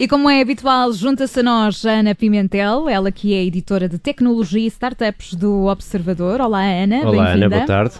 E como é habitual, junta-se a nós a Ana Pimentel, ela que é editora de tecnologia e startups do Observador. Olá, Ana. Olá, Ana, boa tarde.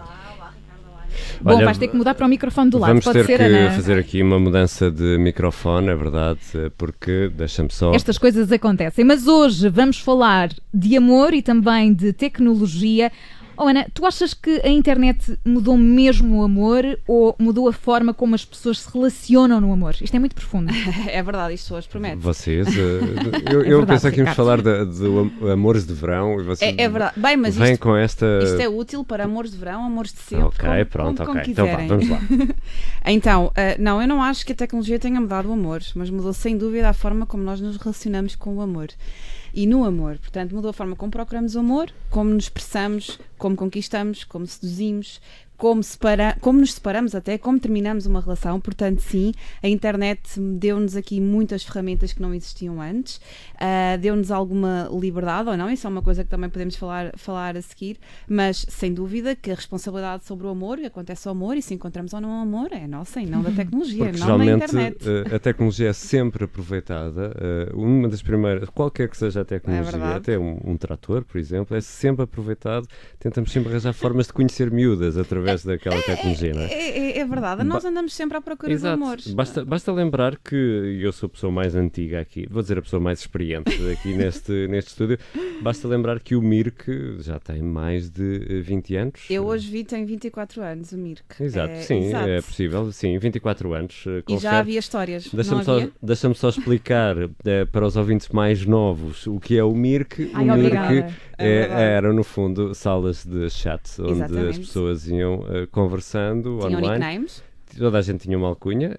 Bom, olha, vais ter que mudar para o microfone do lado. Vamos Pode ter ser, que Ana? fazer aqui uma mudança de microfone, é verdade, porque, deixa-me só... Estas coisas acontecem, mas hoje vamos falar de amor e também de tecnologia. Oh, Ana, tu achas que a internet mudou mesmo o amor ou mudou a forma como as pessoas se relacionam no amor? Isto é muito profundo. É verdade, isto hoje promete. Vocês, verdade, pensei que íamos Ricardo. falar de amores de verão e vocês É verdade. Bem, mas vêm isto, com esta... isto é útil para amores de verão, amores de sempre, Ok, como, pronto, como ok. Então vá, quiserem. vamos lá. Então, não, eu não acho que a tecnologia tenha mudado o amor, mas mudou sem dúvida a forma como nós nos relacionamos com o amor. E no amor, portanto, mudou a forma como procuramos o amor, como nos expressamos, como conquistamos, como seduzimos, como nos separamos até, como terminamos uma relação. Portanto, sim, a internet deu-nos aqui muitas ferramentas que não existiam antes, deu-nos alguma liberdade, ou não, isso é uma coisa que também podemos falar a seguir, mas sem dúvida que a responsabilidade sobre o amor, acontece ao amor, e se encontramos ou não amor, é nossa e não da tecnologia, Porque não da geralmente internet. a tecnologia é sempre aproveitada, uma das primeiras, qualquer que seja a tecnologia, verdade. até um trator, por exemplo, é sempre aproveitado, tentamos sempre arranjar formas de conhecer miúdas através daquela tecnologia, não é? É verdade, nós andamos sempre à procura Exato. do amor. Basta lembrar que eu sou a pessoa mais antiga aqui, vou dizer a pessoa mais experiente aqui neste estúdio, basta lembrar que o Mirk já tem mais de 20 anos. Eu hoje tem 24 anos, o Mirk. Exato, sim, exato. é possível, sim, 24 anos. E confere. já havia histórias, Deixa-me só explicar para os ouvintes mais novos o que é o Mirk. Ai, o Mirk obrigada. eram, no fundo, salas de chat onde Exatamente. as pessoas iam conversando Tinham online. nicknames. Toda a gente tinha uma alcunha,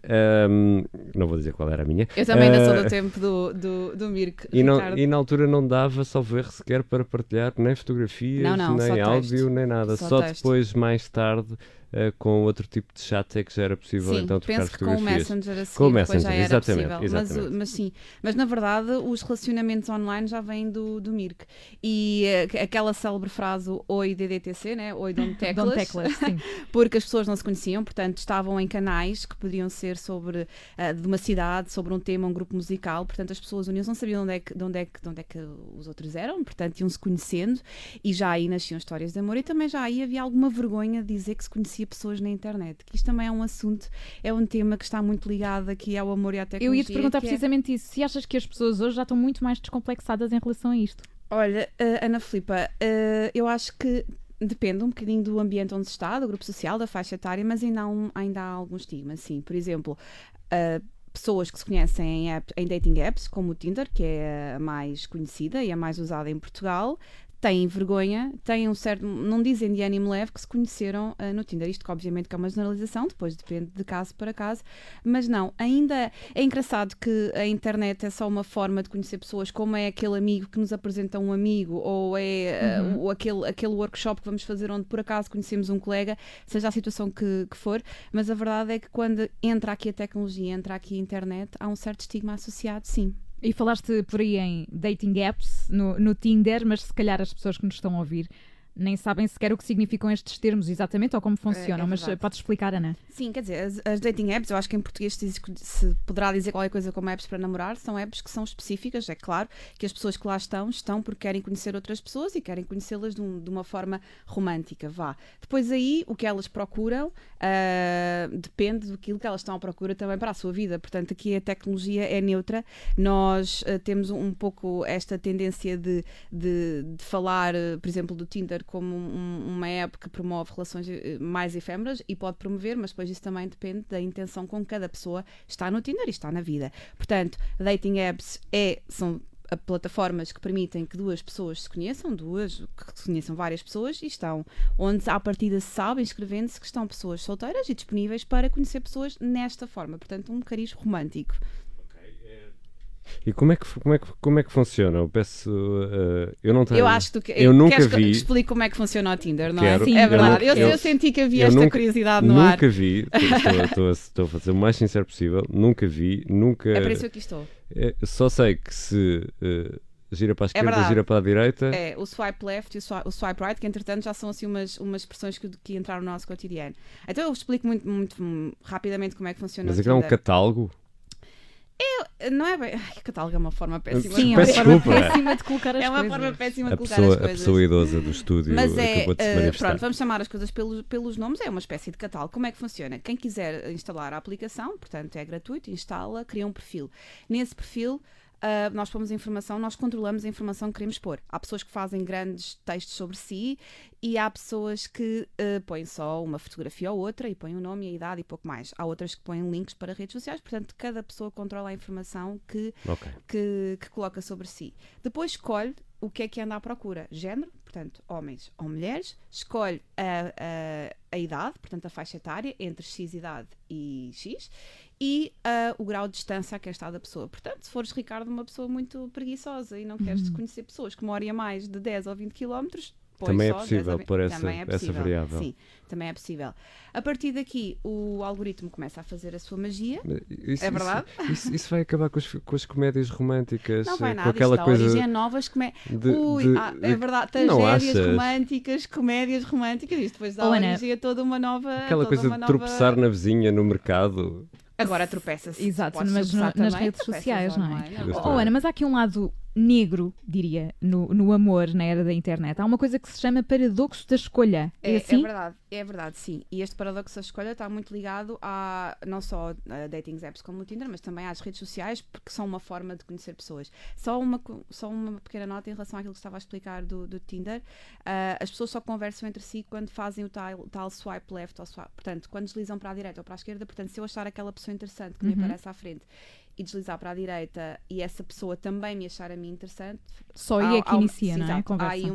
não vou dizer qual era a minha. Eu também ainda sou do tempo do Mirk, Ricardo. E na altura não dava, salvo erro, sequer para partilhar nem fotografias, Não, nem só áudio, texto. nem nada. Só Só texto. depois, mais tarde, com outro tipo de chat é que já era possível Sim, então trocar penso que com o fotografias. Messenger a seguir Com o depois Messenger, já era exatamente, possível. exatamente. Mas sim, mas na verdade os relacionamentos online já vêm do Mirk. E aquela célebre frase, oi DDTC, né? Oi Don't Teclas, Don't Teclas, sim. porque as pessoas não se conheciam, portanto estavam em canais que podiam ser sobre de uma cidade, sobre um tema, um grupo musical, portanto as pessoas uniam-se, não sabiam de onde é que os outros eram, portanto iam-se conhecendo e já aí nasciam histórias de amor e também já aí havia alguma vergonha de dizer que se conhecia pessoas na internet, que isto também é um assunto, é um tema que está muito ligado aqui ao amor e à tecnologia. Eu ia-te perguntar que precisamente isso. Se achas que as pessoas hoje já estão muito mais descomplexadas em relação a isto? Olha, Ana Filipa, eu acho que depende um bocadinho do ambiente onde se está, do grupo social, da faixa etária, mas ainda há algum estigma, sim. Por exemplo, pessoas que se conhecem em dating apps, como o Tinder, que é a mais conhecida e a mais usada em Portugal, têm vergonha, têm um certo, não dizem de ânimo leve, que se conheceram no Tinder. Isto que obviamente que é uma generalização, depois depende de caso para caso, mas não, ainda é engraçado que a internet é só uma forma de conhecer pessoas, como é aquele amigo que nos apresenta um amigo, ou é ou aquele workshop que vamos fazer onde por acaso conhecemos um colega, seja a situação que for, mas a verdade é que quando entra aqui a tecnologia, entra aqui a internet, há um certo estigma associado, sim. E falaste por aí em dating apps, no Tinder, mas se calhar as pessoas que nos estão a ouvir nem sabem sequer o que significam estes termos exatamente ou como funcionam, mas podes explicar, Ana? Sim, quer dizer, as dating apps, eu acho que em português se poderá dizer qualquer coisa como apps para namorar, são apps que são específicas, é claro, que as pessoas que lá estão porque querem conhecer outras pessoas e querem conhecê-las de uma forma romântica, vá. Depois aí, o que elas procuram depende daquilo que elas estão à procura também para a sua vida, portanto aqui a tecnologia é neutra, nós temos um pouco esta tendência de falar, por exemplo, do Tinder como uma app que promove relações mais efêmeras e pode promover, mas depois isso também depende da intenção com que cada pessoa está no Tinder e está na vida. Portanto, dating apps são plataformas que permitem que duas pessoas se conheçam, que se conheçam várias pessoas e estão onde à partida se sabe, inscrevendo-se, que estão pessoas solteiras e disponíveis para conhecer pessoas nesta forma. Portanto, um cariz romântico. E como é que funciona? Eu peço, eu não tenho. Eu acho que eu nunca queres vi. que explique como é que funciona o Tinder, não Quero. é? Sim, É verdade. eu Eu senti que havia esta curiosidade no ar. Nunca vi. Estou a fazer o mais sincero possível. Nunca vi, nunca. É para isso que aqui estou. Só sei que se gira para a esquerda, verdade. gira para a direita. É, o swipe left e o swipe right, que entretanto já são assim umas expressões que entraram no nosso cotidiano. Então eu explico muito rapidamente como é que funciona Mas o aquilo é um Tinder. catálogo. Não é bem. Ai, catálogo é uma forma péssima. Sim, é uma forma péssima de colocar as coisas. É uma forma péssima de colocar as coisas. A pessoa idosa do estúdio Mas acabou de se manifestar. Pronto, vamos chamar as coisas pelos nomes. É uma espécie de catálogo. Como é que funciona? Quem quiser instalar a aplicação, portanto é gratuito, instala, cria um perfil. Nesse perfil, nós pomos a informação, nós controlamos a informação que queremos pôr. Há pessoas que fazem grandes textos sobre si e há pessoas que põem só uma fotografia ou outra e põem o nome e a idade e pouco mais. Há outras que põem links para redes sociais, portanto cada pessoa controla a informação que coloca sobre si. Depois escolhe o que é que anda à procura. Género, portanto, homens ou mulheres. Escolhe a idade, portanto a faixa etária, entre X idade e X. E o grau de distância a que está da pessoa. Portanto, se fores, Ricardo, uma pessoa muito preguiçoa e não queres conhecer pessoas que moram a mais de 10 ou 20 km, também é possível pôr essa variável. Sim, também é possível. A partir daqui, o algoritmo começa a fazer a sua magia. É verdade? Isso vai acabar com as comédias românticas. Não vai nada, com aquela coisa. A origem é novas comédias. É verdade, tragédias românticas, comédias românticas. Isto depois dá origem a toda uma nova. Aquela coisa de tropeçar na vizinha no mercado. Agora tropeça-se. Exato, mas nas redes sociais, não é? Ana, mas há aqui um lado negro, diria, no amor na era da internet. Há uma coisa que se chama paradoxo da escolha. É assim? É verdade, sim. E este paradoxo da escolha está muito ligado não só a dating apps como o Tinder, mas também às redes sociais, porque são uma forma de conhecer pessoas. Só uma pequena nota em relação àquilo que estava a explicar do Tinder. As pessoas só conversam entre si quando fazem o tal swipe left ou swipe. Portanto, quando deslizam para a direita ou para a esquerda, portanto, se eu achar aquela pessoa interessante que me aparece à frente e deslizar para a direita e essa pessoa também me achar a mim interessante, só aí é que inicia, não é? Há aí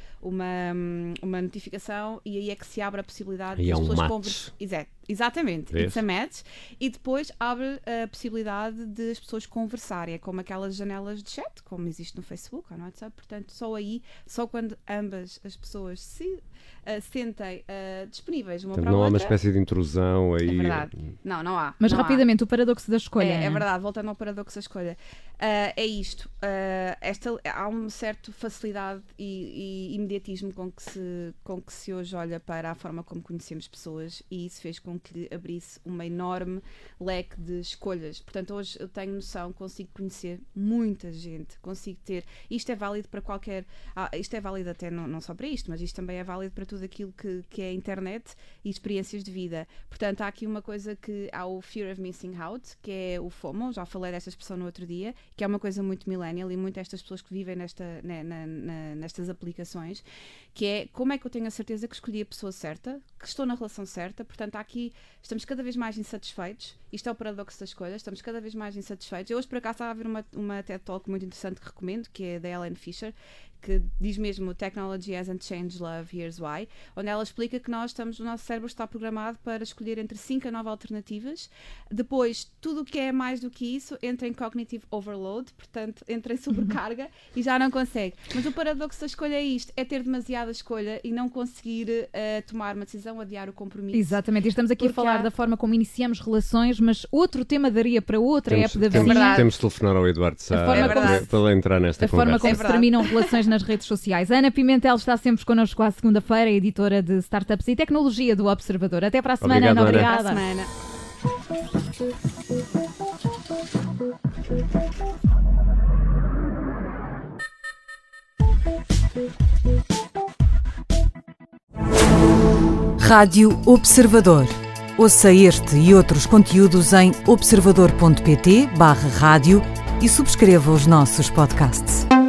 uma notificação e aí é que se abre a possibilidade de as pessoas conversarem. Exatamente, it's a match. E depois abre a possibilidade de as pessoas conversarem. É como aquelas janelas de chat, como existe no Facebook ou no WhatsApp. Portanto, só quando ambas as pessoas se sentem disponíveis uma para a outra. Não há uma espécie de intrusão aí. É verdade. Não há. Mas rapidamente, o paradoxo da escolha. É verdade, voltando ao paradoxo da escolha. É isto. Há uma certa facilidade e imediatismo com que se hoje olha para a forma como conhecemos pessoas, e isso fez com que abrisse uma enorme leque de escolhas. Portanto, hoje eu tenho noção, consigo conhecer muita gente, consigo ter... Isto é válido para qualquer... isto é válido até não só para isto, mas isto também é válido para tudo aquilo que é a internet e experiências de vida. Portanto, há aqui uma coisa há o Fear of Missing Out, que é o FOMO, já falei desta expressão no outro dia, que é uma coisa muito millennial e muito estas pessoas que vivem nestas aplicações, que é como é que eu tenho a certeza que escolhi a pessoa certa, que estou na relação certa. Portanto, estamos cada vez mais insatisfeitos. Isto é o paradoxo da escolha, estamos cada vez mais insatisfeitos. Eu hoje, por acaso, estava a ver uma TED Talk muito interessante que recomendo, que é da Ellen Fisher, que diz mesmo Technology hasn't changed love, here's why, onde ela explica que o nosso cérebro está programado para escolher entre 5 a 9 alternativas. Depois, tudo o que é mais do que isso entra em cognitive overload, portanto, entra em sobrecarga e já não consegue. Mas o paradoxo da escolha é isto, é ter demasiada escolha e não conseguir tomar uma decisão, adiar o compromisso. Exatamente, e estamos aqui a falar da forma como iniciamos relações, mas outro tema daria para outra app da vizinha. Temos de telefonar ao Eduardo Sá para ele entrar nesta conversa. A forma como se terminam relações nas redes sociais. A Ana Pimentel está sempre connosco à segunda-feira, editora de Startups e Tecnologia do Observador. Até para a semana, Ana. Obrigada. Até para a semana. Rádio Observador. Ouça este e outros conteúdos em observador.pt/rádio e subscreva os nossos podcasts.